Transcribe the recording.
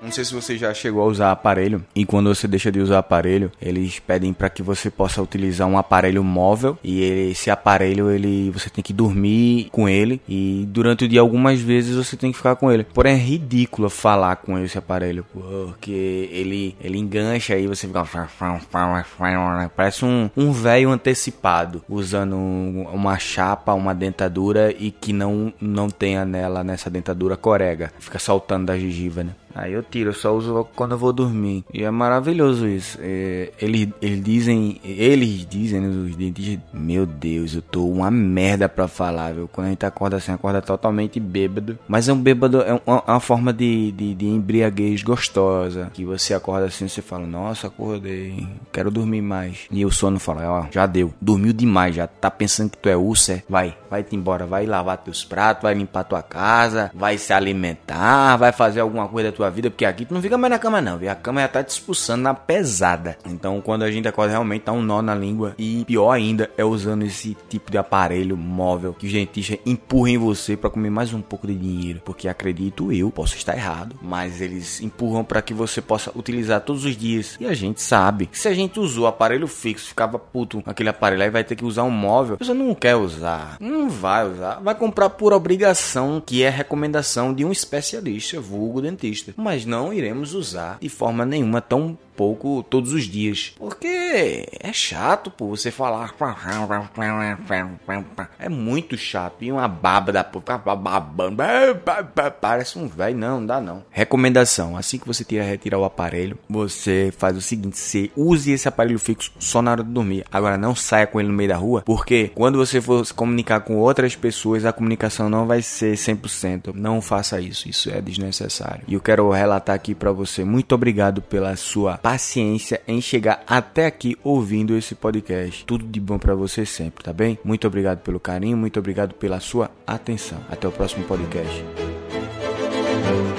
Não sei se você já chegou a usar aparelho, e quando você deixa de usar aparelho, eles pedem para que você possa utilizar um aparelho móvel, e esse aparelho, você tem que dormir com ele, e durante o dia algumas vezes você tem que ficar com ele. Porém é ridículo falar com esse aparelho, porque ele engancha e você fica... Parece um velho antecipado, usando uma chapa, uma dentadura, e que não tenha nessa dentadura corega. Fica saltando da gengiva, né? Aí eu tiro, eu só uso quando eu vou dormir. E é maravilhoso isso. Eles dizem, os dentistas, meu Deus, eu tô uma merda pra falar, viu? Quando a gente acorda assim, acorda totalmente bêbado. Mas é um bêbado, é uma forma de embriaguez gostosa. Que você acorda assim, você fala, nossa, acordei, quero dormir mais. E o sono fala, ó, já deu, dormiu demais, já tá pensando que tu é úlcer. Vai-te embora, vai lavar teus pratos, vai limpar tua casa, vai se alimentar, vai fazer alguma coisa da tua vida, porque aqui tu não fica mais na cama não, viu? A cama já tá te expulsando na pesada. Então quando a gente acorda, realmente tá um nó na língua. E pior ainda é usando esse tipo de aparelho móvel que o dentista empurra em você pra comer mais um pouco de dinheiro, porque acredito eu, posso estar errado, mas eles empurram pra que você possa utilizar todos os dias. E a gente sabe que se a gente usou aparelho fixo, ficava puto com aquele aparelho, aí vai ter que usar um móvel, você não quer usar, não vai usar, vai comprar por obrigação, que é recomendação de um especialista, vulgo dentista. Mas não iremos usar de forma nenhuma tão pouco todos os dias, porque é chato, pô, você falar, é muito chato, e uma baba da porra, parece um velho, não dá não. Recomendação, assim que você retirar o aparelho, você faz o seguinte, você use esse aparelho fixo só na hora de dormir. Agora não saia com ele no meio da rua, porque quando você for se comunicar com outras pessoas, a comunicação não vai ser 100%, não faça isso é desnecessário. E eu quero relatar aqui pra você, muito obrigado pela sua paciência em chegar até aqui ouvindo esse podcast. Tudo de bom pra você sempre, tá bem? Muito obrigado pelo carinho, muito obrigado pela sua atenção. Até o próximo podcast.